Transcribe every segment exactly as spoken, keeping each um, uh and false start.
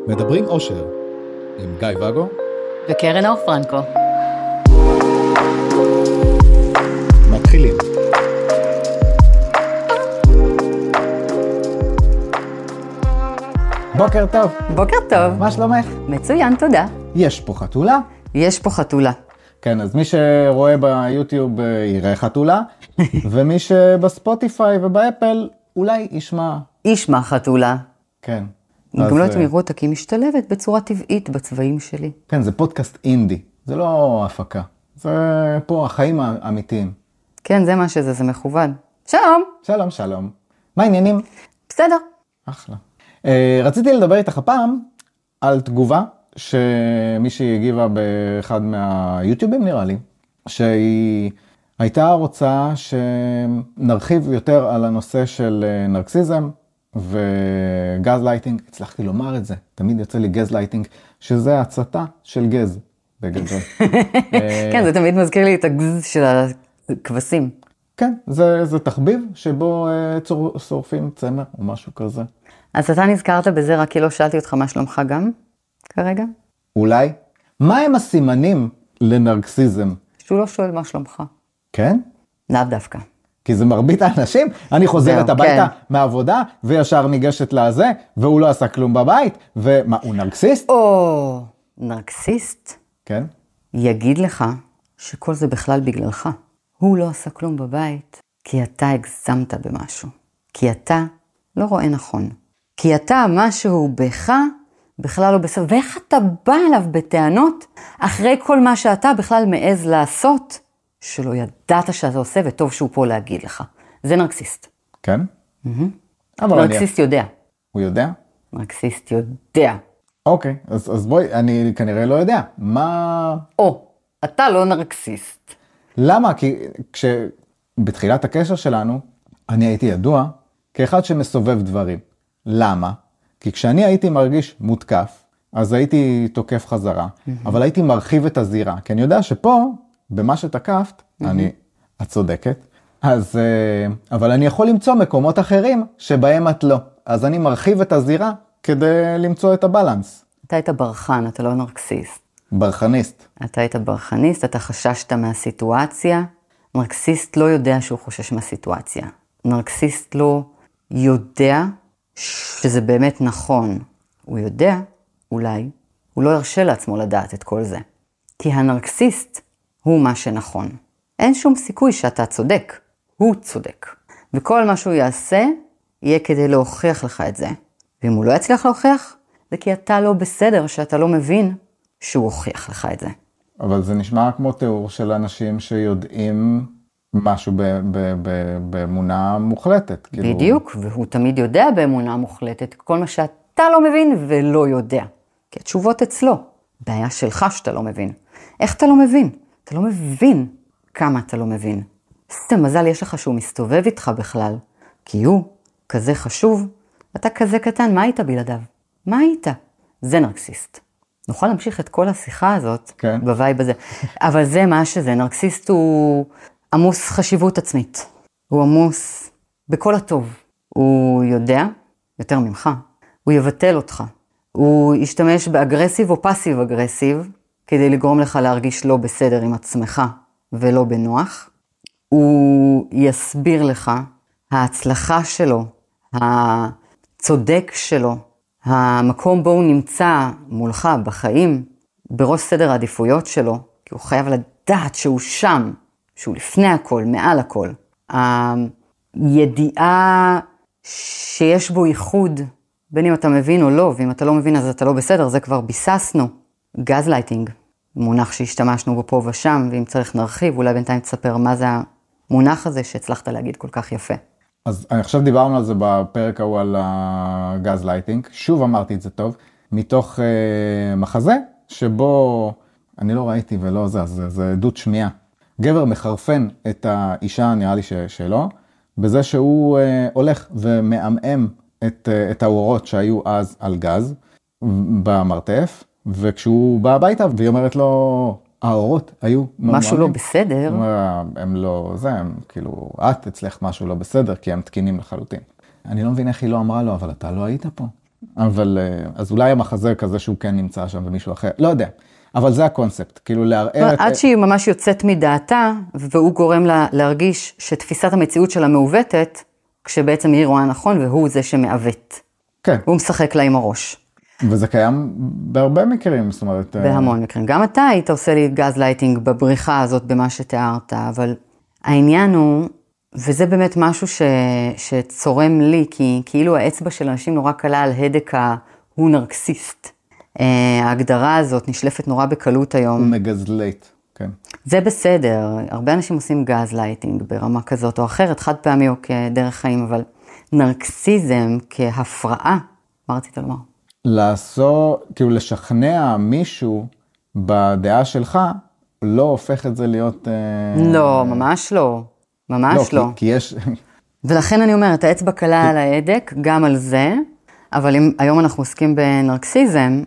מדברים אושר עם גיא וגו וקרן אור פרנקו. מתחילים. בוקר טוב. בוקר טוב. מה שלומך? מצוין, תודה. יש פה חתולה? יש פה חתולה. כן, אז מי שרואה ביוטיוב יראה חתולה, ומי שבספוטיפיי ובאפל אולי ישמע. ישמע חתולה. כן. גם לא תמירו אותה, כי היא משתלבת בצורה טבעית בצבעים שלי. כן, זה פודקאסט אינדי, זה לא הפקה. זה פה החיים האמיתיים. כן, זה מה שזה, זה מכוון. שלום. שלום, שלום. מה העניינים? בסדר. אחלה. Uh, רציתי לדבר איתך הפעם על תגובה שמישהי הגיבה באחד מהיוטיובים נראה לי, שהיא הייתה רוצה שנרחיב יותר על הנושא של נרקסיזם וגז לייטינג. הצלחתי לומר את זה, תמיד יוצא לי גז לייטינג, שזה הצתה של גז בגדול. כן, זה תמיד מזכיר לי את הגז של הכבשים. כן, זה, זה תחביב שבו צור, שורפים צמר או משהו כזה. אז אתה נזכרת בזה רק כי לא שאלתי אותך מה שלומך גם כרגע? אולי. מה הם הסימנים לנרקסיזם? שהוא לא שואל מה שלומך. כן? לאו דווקא. כי זה מרבית האנשים, אני חוזרת זהו, הביתה כן. מהעבודה, וישר ניגשת לזה, והוא לא עשה כלום בבית, ומה, הוא נרקסיסט? או, נרקסיסט כן. יגיד לך שכל זה בכלל בגללך. הוא לא עשה כלום בבית, כי אתה הגזמת במשהו. כי אתה לא רואה נכון. כי אתה, משהו בך, בכלל לא בסדר. ואיך אתה בא אליו בטענות, אחרי כל מה שאתה בכלל מעז לעשות, שלא ידעת שאתה עושה, וטוב שהוא פה להגיד לך. זה נרקסיסט. כן? Mm-hmm. נרקסיסט אני... יודע. הוא יודע? נרקסיסט יודע. אוקיי, אז, אז בואי, אני כנראה לא יודע. מה... או, אתה לא נרקסיסט. למה? כי כשבתחילת הקשר שלנו, אני הייתי ידוע כאחד שמסובב דברים. למה? כי כשאני הייתי מרגיש מותקף, אז הייתי תוקף חזרה, mm-hmm. אבל הייתי מרחיב את הזירה. כי אני יודע שפה, במה שתקפת, mm-hmm. אני, את צודקת, אז, אבל אני יכול למצוא מקומות אחרים שבהם את לא. אז אני מרחיב את הזירה כדי למצוא את הבלנס. אתה היית ברחן, אתה לא נרקסיסט. ברחניסט. אתה היית ברחניסט, אתה חששת מהסיטואציה. נרקסיסט לא יודע שהוא חושש מהסיטואציה. נרקסיסט לא יודע שזה באמת נכון. הוא יודע, אולי, הוא לא ירשה לעצמו לדעת את כל זה. כי הנרקסיסט הוא מה שנכון. אין שום סיכוי שאתה צודק. הוא צודק. וכל מה שהוא יעשה, יהיה כדי להוכיח לך את זה. ואם הוא לא יצליח להוכיח, זה כי אתה לא בסדר, שאתה לא מבין שהוא הוכיח לך את זה. אבל זה נשמע כמו תיאור של אנשים שיודעים משהו באמונה מוחלטת. בדיוק, והוא תמיד יודע באמונה מוחלטת, כל מה שאתה לא מבין ולא יודע. כי התשובות אצלו, בעיה שלך שאתה לא מבין. איך אתה לא מבין? אתה לא מבין כמה אתה לא מבין. סתם מזל יש לך שהוא מסתובב איתך בכלל, כי הוא כזה חשוב, אתה כזה קטן, מה היית בלעדיו? מה היית? זה נרקסיסט. נוכל להמשיך את כל השיחה הזאת, כן. בווייב הזה. אבל זה מה שזה, נרקסיסט הוא עמוס חשיבות עצמית. הוא עמוס בכל הטוב. הוא יודע, יותר ממך, הוא יבטל אותך. הוא ישתמש באגרסיב או פסיב אגרסיב, כדי לגרום לך להרגיש לא בסדר עם עצמך ולא בנוח. הוא יסביר לך, ההצלחה שלו, הצודק שלו, המקום בו הוא נמצא מולך בחיים, בראש סדר העדיפויות שלו, כי הוא חייב לדעת שהוא שם, שהוא לפני הכל, מעל הכל. הידיעה שיש בו ייחוד, בין אם אתה מבין או לא, ואם אתה לא מבין אז אתה לא בסדר, זה כבר ביססנו. גז לייטינג, מונח שהשתמשנו בו פה ושם, ואם צריך נרחיב, אולי בינתיים תספר מה זה המונח הזה שהצלחת להגיד כל כך יפה. אז עכשיו דיברנו על זה בפרק ההוא על הגז לייטינג, שוב אמרתי את זה טוב, מתוך uh, מחזה שבו, אני לא ראיתי ולא זה, זה, זה עדות שמיעה. גבר מחרפן את האישה, נראה לי ש, שלו, בזה שהוא uh, הולך ומאמם את, uh, את האורות שהיו אז על גז במרתף, וכשהוא בא הביתה והיא אומרת לו, האורות היו משהו לא בסדר. הם לא, זה, הם כאילו, את הצלחת משהו לא בסדר, כי הם תקינים לחלוטין. אני לא מבין איך היא לא אמרה לו, אבל אתה לא היית פה. אבל, אז אולי המחזה כזה שהוא כן נמצא שם ומישהו אחר, לא יודע. אבל זה הקונספט, כאילו לערער את... עד שהיא ממש יוצאת מדעתה, והוא גורם לה להרגיש שתפיסת המציאות שלה מעוותת, כשבעצם היא רואה נכון, והוא זה שמעוות. כן. הוא משחק לה עם הראש. וזה קיים בהרבה מקרים, זאת אומרת... בהמון מקרים. גם אתה היית עושה לי גז לייטינג בבריחה הזאת, במה שתיארת, אבל העניין הוא, וזה באמת משהו ש... שצורם לי, כי כאילו האצבע של אנשים נורא קלה על הדק הוא נרקסיסט. ההגדרה הזאת נשלפת נורא בקלות היום. הוא מגזלייט, כן. זה בסדר, הרבה אנשים עושים גז לייטינג ברמה כזאת או אחרת, חד פעמי או כדרך חיים, אבל נרקסיזם כהפרעה, מה רצית לומר? לעשות, כאילו לשכנע מישהו בדעה שלך, לא הופך את זה להיות... לא, ממש לא, ממש לא. לא, כי, כי יש... ולכן אני אומרת, האצבע קלה על ההדק, גם על זה, אבל אם היום אנחנו עוסקים בנרקסיזם,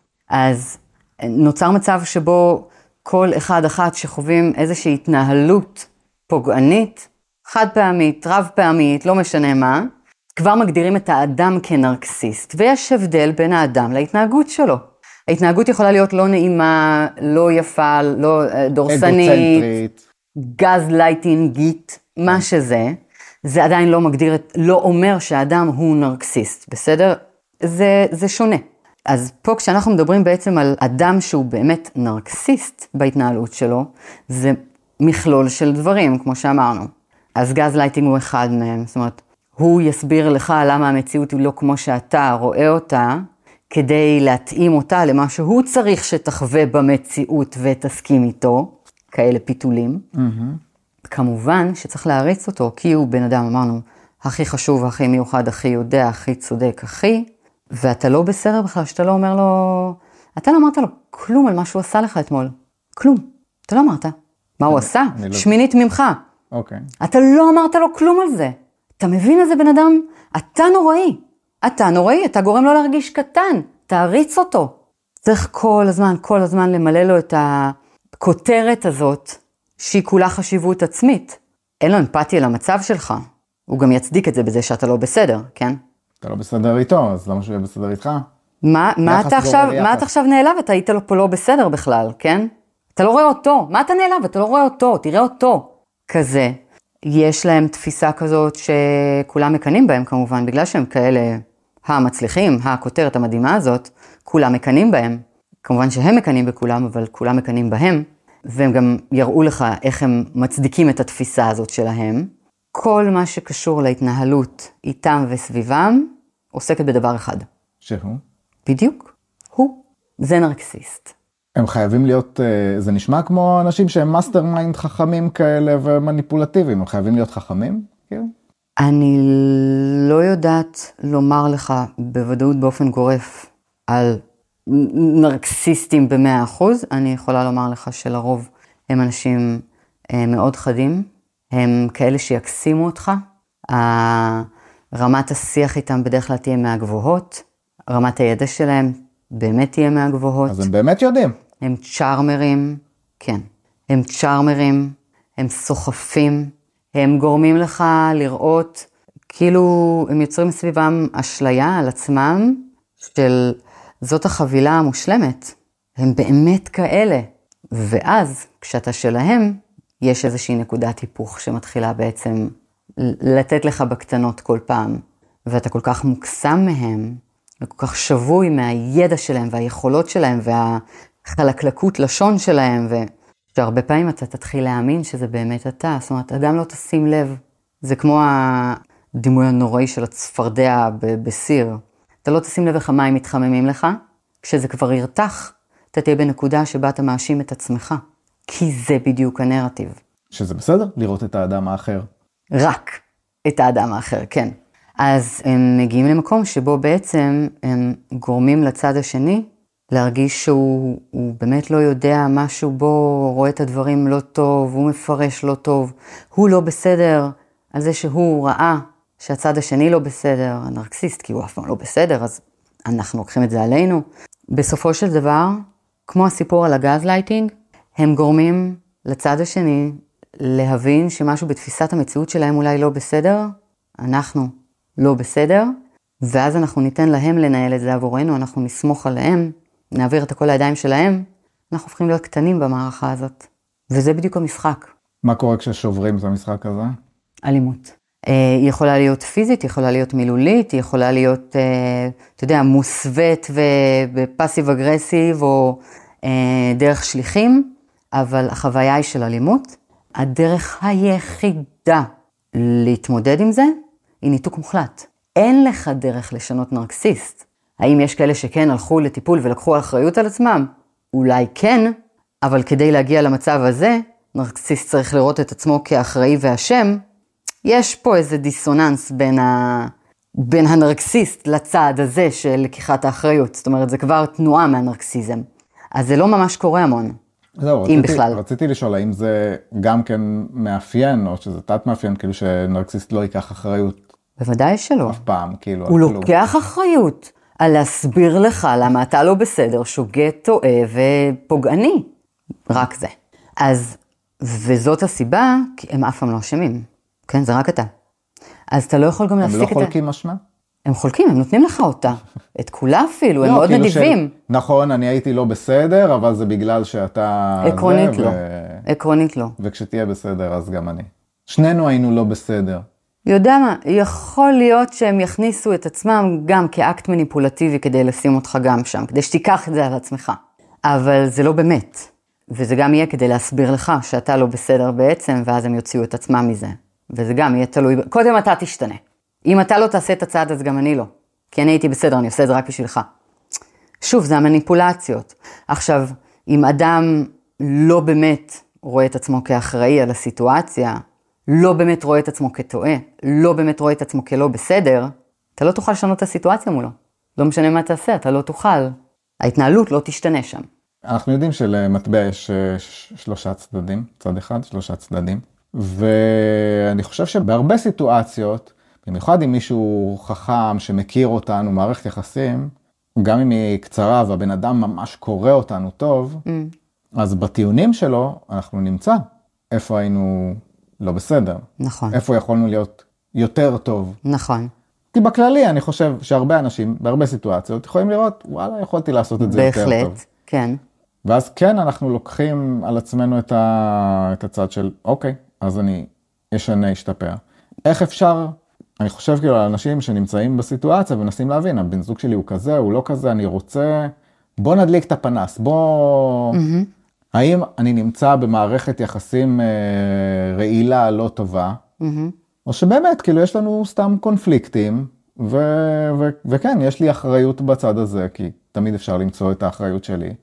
אז נוצר מצב שבו כל אחד אחת שחווים איזושהי התנהלות פוגענית, חד פעמית, רב פעמית, לא משנה מה, כבר מגדירים את האדם כנרקסיסט, ויש הבדל בין האדם להתנהגות שלו. ההתנהגות יכולה להיות לא נעימה, לא יפה, לא דורסנית, גז לייטינגית, מה שזה, זה עדיין לא מגדיר, לא אומר שהאדם הוא נרקסיסט, בסדר? זה, זה שונה. אז פה כשאנחנו מדברים בעצם על אדם שהוא באמת נרקסיסט בהתנהלות שלו, זה מכלול של דברים, כמו שאמרנו. אז גז לייטינג הוא אחד מהם, זאת אומרת, הוא יסביר לך למה המציאות היא לא כמו שאתה רואה אותה, כדי להתאים אותה למה שהוא צריך שתחווה במציאות ותסכים איתו, כאלה פיתולים. Mm-hmm. כמובן שצריך להריץ אותו, כי הוא בן אדם, אמרנו, הכי חשוב, הכי מיוחד, הכי יודע, הכי צודק, הכי, ואתה לא בסדר בכלל, שאתה לא אומר לו, אתה לא אמרת לו כלום על מה שהוא עשה לך אתמול. כלום. אתה לא אמרת. מה הוא עשה? שמינית ממך. אוקיי. אתה לא אמרת לו כלום על זה. אתה מבין איזה בן אדם? אתה נוראי. אתה נוראי, אתה גורם לו להרגיש קטן. תעריץ אותו. צריך כל הזמן, כל הזמן למלא לו את הכותרת הזאת, שהיא כולה חשיבות עצמית. אין לו אמפתיה למצב שלך. הוא גם יצדיק את זה בזה שאתה לא בסדר, כן? אתה לא בסדר איתו, אז למה שהוא יהיה בסדר איתך? מה, מה אתה עכשיו, מה אתה עכשיו נעלב? אתה היית לו פה לא בסדר בכלל, כן? אתה לא רואה אותו. מה אתה נעלב? אתה לא רואה אותו. תראה אותו. כזה. יש להם תפיסה כזאת שכולם מקנים בהם כמובן, בגלל שהם כאלה המצליחים, הכותרת המדהימה הזאת, כולם מקנים בהם. כמובן שהם מקנים בכולם, אבל כולם מקנים בהם, והם גם יראו לך איך הם מצדיקים את התפיסה הזאת שלהם. כל מה שקשור להתנהלות איתם וסביבם, עוסקת בדבר אחד. שהוא? בדיוק. הוא. זה נרקסיסט. הם חייבים להיות, זה נשמע כמו אנשים שהם מאסטר מיינד חכמים כאלה ומניפולטיביים, הם חייבים להיות חכמים? כאילו? אני לא יודעת לומר לך בוודאות באופן גורף על נרקסיסטים במאה אחוז, אני יכולה לומר לך שלרוב הם אנשים מאוד חדים, הם כאלה שיקסימו אותך, רמת השיח איתם בדרך כלל תהיה מהגבוהות, רמת הידע שלהם באמת תהיה מהגבוהות. אז הם באמת יודעים. הם צ'ארמרים, כן. הם צ'ארמרים, הם סוחפים, הם גורמים לך לראות, כאילו הם יוצרים סביבם אשליה על עצמם, של זאת החבילה המושלמת. הם באמת כאלה. ואז, כשאתה שלהם, יש איזושהי נקודת היפוך שמתחילה בעצם לתת לך בקטנות כל פעם. ואתה כל כך מוקסם מהם, וכל כך שבוי מהידע שלהם והיכולות שלהם והחלקלקות לשון שלהם, ושהרבה פעמים אתה תתחיל להאמין שזה באמת אתה, זאת אומרת, אתה גם לא תשים לב. זה כמו הדימוי הנוראי של הצפרדע בסיר. אתה לא תשים לב איך המים מתחממים לך, כשזה כבר ירתח, אתה תהיה בנקודה שבה אתה מאשים את עצמך. כי זה בדיוק הנרטיב. שזה בסדר? לראות את האדם האחר. רק את האדם האחר, כן. אז הם מגיעים למקום שבו בעצם הם גורמים לצד השני להרגיש שהוא באמת לא יודע משהו בו, רואה את הדברים לא טוב, הוא מפרש לא טוב, הוא לא בסדר על זה שהוא ראה שהצד השני לא בסדר, הנרקסיסט, כי הוא אף פעם לא בסדר, אז אנחנו לוקחים את זה עלינו. בסופו של דבר, כמו הסיפור על הגז לייטינג, הם גורמים לצד השני להבין שמשהו בתפיסת המציאות שלהם אולי לא בסדר, אנחנו לא בסדר, ואז אנחנו ניתן להם לנהל את זה עבורנו, אנחנו נסמוך עליהם, נעביר את הכל לידיים שלהם, אנחנו הופכים להיות קטנים במערכה הזאת. וזה בדיוק המשחק. מה קורה כששוברים את המשחק הזה? אלימות. היא יכולה להיות פיזית, היא יכולה להיות מילולית, היא יכולה להיות, אתה יודע, מוסווית ופסיב אגרסיב, או דרך שליחים, אבל החוויה היא של אלימות. הדרך היחידה להתמודד עם זה, היא ניתוק מוחלט. אין לך דרך לשנות נרקסיסט. האם יש כאלה שכן הלכו לטיפול ולקחו אחריות על עצמם? אולי כן, אבל כדי להגיע למצב הזה, נרקסיסט צריך לראות את עצמו כאחראי והשם, יש פה איזה דיסוננס בין, ה... בין הנרקסיסט לצד הזה של לקיחת האחריות. זאת אומרת, זה כבר תנועה מהנרקסיזם. אז זה לא ממש קורה המון. זהו, אם רציתי, בכלל. רציתי לשאול, האם זה גם כן מאפיין, או שזה תת מאפיין, כאילו שנרקסיסט לא ייקח אחריות? בוודאי שלא. אף פעם, כאילו. הוא לוקח אחריות על להסביר לך למה אתה לא בסדר, שוגה, טועה ופוגעני. רק זה. אז, וזאת הסיבה, כי הם אף פעם לא אשמים. כן, זה רק אתה. אז אתה לא יכול גם להפסיק את זה. הם לא חולקים משמע? הם חולקים, הם נותנים לך אותה. את כולה אפילו, הם מאוד נדיבים. נכון, אני הייתי לא בסדר, אבל זה בגלל שאתה... עקרונית לא. עקרונית לא. וכשתהיה בסדר, אז גם אני. שנינו היינו לא בסדר. יודע מה, יכול להיות שהם יכניסו את עצמם גם כאקט מניפולטיבי כדי לשים אותך גם שם, כדי שתיקח את זה על עצמך. אבל זה לא באמת. וזה גם יהיה כדי להסביר לך שאתה לא בסדר בעצם, ואז הם יוציאו את עצמם מזה. וזה גם יהיה תלוי, קודם אתה תשתנה. אם אתה לא תעשה את הצעד, אז גם אני לא. כי אני הייתי בסדר, אני עושה את זה רק בשבילך. שוב, זה המניפולציות. עכשיו, אם אדם לא באמת רואה את עצמו כאחראי על הסיטואציה, לא באמת רואה את עצמו כטועה, לא באמת רואה את עצמו כלא בסדר, אתה לא תוכל לשנות את הסיטואציה מולו. לא משנה מה תעשה, אתה לא תוכל. ההתנהלות לא תשתנה שם. אנחנו יודעים שלמטבע יש שלושה צדדים, צד אחד, שלושה צדדים. ואני חושב שבהרבה סיטואציות, במיוחד אם מישהו חכם שמכיר אותנו, מערכת יחסים, גם אם היא קצרה והבן אדם ממש קורא אותנו טוב, mm. אז בטיעונים שלו אנחנו נמצא איפה היינו לא בסדר. נכון. איפה יכולנו להיות יותר טוב. נכון. כי בכללי אני חושב שהרבה אנשים, בהרבה סיטואציות, יכולים לראות, וואלה, יכולתי לעשות את זה בהחלט, יותר טוב. בהחלט, כן. ואז כן, אנחנו לוקחים על עצמנו את, ה... את הצד של, אוקיי, אז אני אשנה, אשתפר. איך אפשר, אני חושב כאילו על אנשים שנמצאים בסיטואציה ונסים להבין, הבן זוג שלי הוא כזה, הוא לא כזה, אני רוצה, בוא נדליק את הפנס, בוא... Mm-hmm. האם אני נמצא במערכת יחסים אה, רעילה לא טובה, mm-hmm. או שבאמת, כאילו יש לנו סתם קונפליקטים, ו... ו... וכן, יש לי אחריות בצד הזה, כי תמיד אפשר למצוא את האחריות שלי.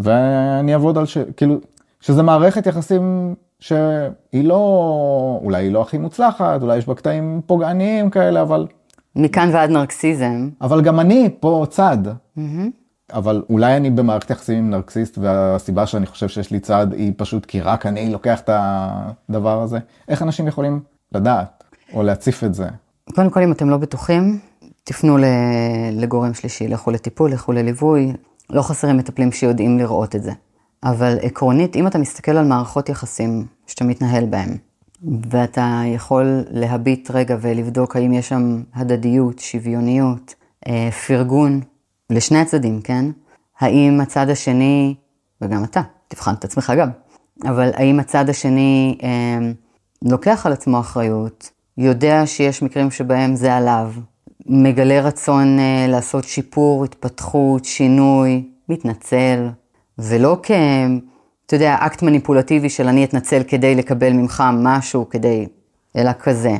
ואני אעבוד על ש... כאילו, שזה מערכת יחסים שהיא לא, אולי היא לא הכי מוצלחת, אולי יש בה קטעים פוגעניים כאלה, אבל... מכאן ועד נרקסיזם. אבל גם אני פה צד. Mm-hmm. אבל אולי אני במערכת יחסים עם נרקסיסט, והסיבה שאני חושב שיש לי צד היא פשוט כי רק אני לוקח את הדבר הזה. איך אנשים יכולים לדעת או להציף את זה? קודם כל, אם אתם לא בטוחים, תפנו לגורם שלישי, לכו לטיפול, לכו לליווי. לא חסרים מטפלים שיודעים לראות את זה. אבל עקרונית, אם אתה מסתכל על מערכות יחסים שאתה מתנהל בהם, ואתה יכול להביט רגע ולבדוק האם יש שם הדדיות, שוויוניות, פרגון, לשני הצדדים, כן? האם הצד השני, וגם אתה, תבחן את עצמך גם, אבל האם הצד השני אה, לוקח על עצמו אחריות, יודע שיש מקרים שבהם זה עליו, מגלה רצון אה, לעשות שיפור, התפתחות, שינוי, מתנצל, ולא כ... אתה יודע, אקט מניפולטיבי של אני אתנצל כדי לקבל ממך משהו, כדי, אלא כזה.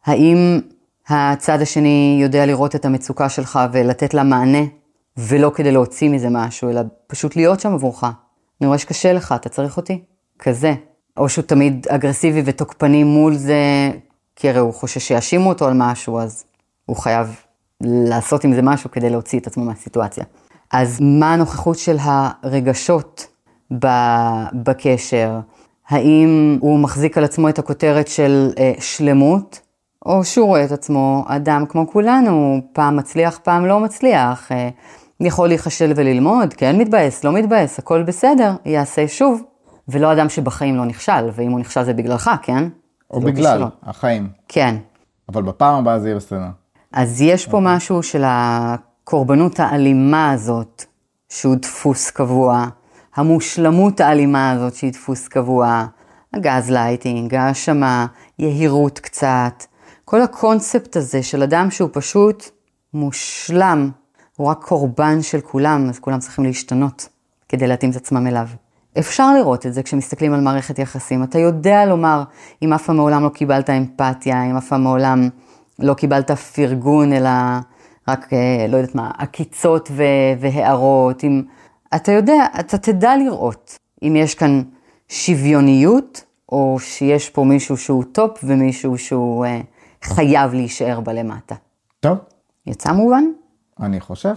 האם הצד השני יודע לראות את המצוקה שלך ולתת לה מענה, ולא כדי להוציא מזה משהו, אלא פשוט להיות שם עבורך. אני רואה שקשה לך, אתה צריך אותי? כזה. או שהוא תמיד אגרסיבי ותוקפני מול זה, כי הרי הוא חושש שיאשימו אותו על משהו, אז הוא חייב לעשות עם זה משהו כדי להוציא את עצמו מהסיטואציה. אז מה הנוכחות של הרגשות בקשר? האם הוא מחזיק על עצמו את הכותרת של אה, שלמות, או שהוא רואה את עצמו אדם כמו כולנו, פעם מצליח, פעם לא מצליח, אה, יכול להיחשל וללמוד, כן מתבאס, לא מתבאס, הכל בסדר, יעשה שוב, ולא אדם שבחיים לא נכשל, ואם הוא נכשל זה בגללך, כן? או בגלל, החיים. כן. אבל בפעם הבאה זה יהיה בסדר. אז יש פה משהו של הקורבנות האלימה הזאת, שהוא דפוס קבוע, המושלמות האלימה הזאת שהיא דפוס קבוע, הגז לייטינג, האשמה, יהירות קצת, כל הקונספט הזה של אדם שהוא פשוט מושלם, הוא רק קורבן של כולם, אז כולם צריכים להשתנות כדי להתאים את עצמם אליו. אפשר לראות את זה כשמסתכלים על מערכת יחסים. אתה יודע לומר, אם אף פעם מעולם לא קיבלת אמפתיה, אם אף פעם מעולם לא קיבלת פרגון, אלא רק, לא יודעת מה, עקיצות והערות. אם, אתה יודע, אתה תדע לראות אם יש כאן שוויוניות, או שיש פה מישהו שהוא טופ ומישהו שהוא אה, חייב להישאר בלמטה. טוב. יצא מובן? אני חושב.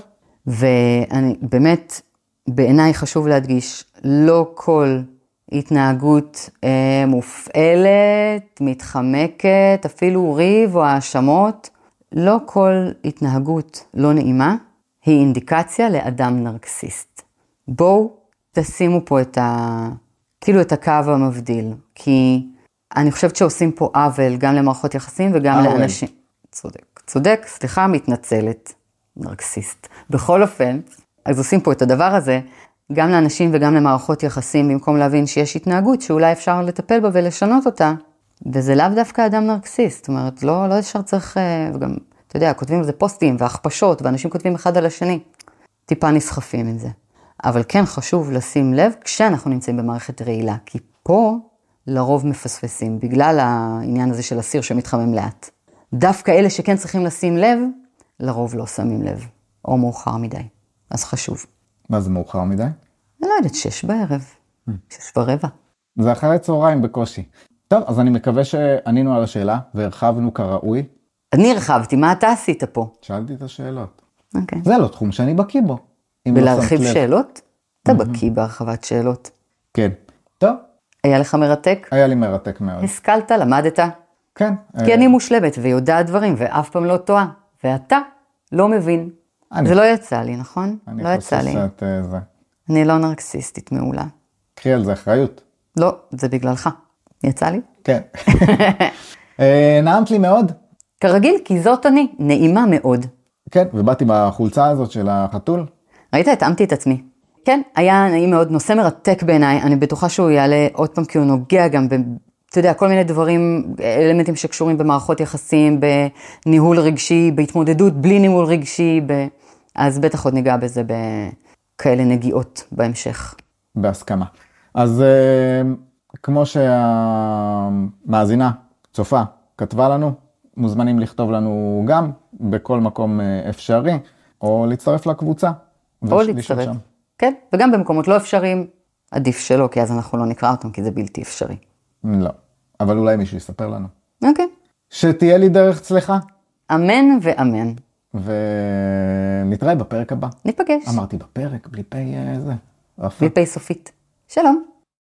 ואני באמת, בעיניי חשוב להדגיש, לא כל התנהגות אה, מופעלת, מתחמקת, אפילו ריב או האשמות, לא כל התנהגות לא נעימה היא אינדיקציה לאדם נרקסיסט. בואו תשימו פה את ה... כאילו את הקו המבדיל, כי אני חושבת שעושים פה עוול גם למערכות יחסים וגם עוול. לאנשים. צודק, צודק, סליחה, מתנצלת, נרקסיסט. בכל אופן, אז עושים פה את הדבר הזה, גם לאנשים וגם למערכות יחסים, במקום להבין שיש התנהגות שאולי אפשר לטפל בה ולשנות אותה, וזה לאו דווקא אדם נרקסיסט, זאת אומרת, לא, לא ישר צריך, וגם, אתה יודע, כותבים על זה פוסטים והכפשות, ואנשים כותבים אחד על השני, טיפה נסחפים את זה. אבל כן חשוב לשים לב כשאנחנו נמצאים במערכת רעילה, כי פה לרוב מפספסים, בגלל העניין הזה של הסיר שמתחמם לאט. דווקא אלה שכן צריכים לשים לב, לרוב לא שמים לב, או מאוחר מדי. אז חשוב. מה זה מאוחר מדי? אני לא יודעת, שש בערב, שש ורבע. זה אחרי צהריים בקושי. טוב, אז אני מקווה שענינו על השאלה, והרחבנו כראוי. אני הרחבתי, מה אתה עשית פה? שאלתי את השאלות. אוקיי. זה לא תחום שאני בקיא בו. ולהרחיב שאלות? אתה בקיא בהרחבת שאלות. כן. טוב. היה לך מרתק? היה לי מרתק מאוד. השכלת, למדת? כן. כי אני מושלמת ויודעת דברים, ואף פעם לא טועה. ואתה לא מבין. אני... זה לא יצא לי, נכון? אני לא יצא לי. חושב שאת זה. אני לא נרקסיסטית מעולה. קחי על זה אחריות. לא, זה בגללך. יצא לי? כן. נעמת לי מאוד. כרגיל, כי זאת אני, נעימה מאוד. כן, ובאתי בחולצה הזאת של החתול. ראית? התאמתי את עצמי. כן, היה נעים מאוד, נושא מרתק בעיניי, אני בטוחה שהוא יעלה עוד פעם, כי הוא נוגע גם, ב, אתה יודע, כל מיני דברים, אלמנטים שקשורים במערכות יחסים, בניהול רגשי, בהתמודדות בלי ניהול רגשי, ב... אז בטח עוד ניגע בזה בכאלה נגיעות בהמשך. בהסכמה. אז כמו שהמאזינה, צופה, כתבה לנו, מוזמנים לכתוב לנו גם בכל מקום אפשרי, או להצטרף לקבוצה. או להצטרף. כן, וגם במקומות לא אפשריים, עדיף שלא, כי אז אנחנו לא נקרא אותם, כי זה בלתי אפשרי. לא, אבל אולי מישהו יספר לנו. אוקיי. שתהיה לי דרך צלחה. אמן ואמן. ונתראה בפרק הבא. ניפגש. אמרתי בפרק, בלי פי זה. בלי פי סופית. שלום.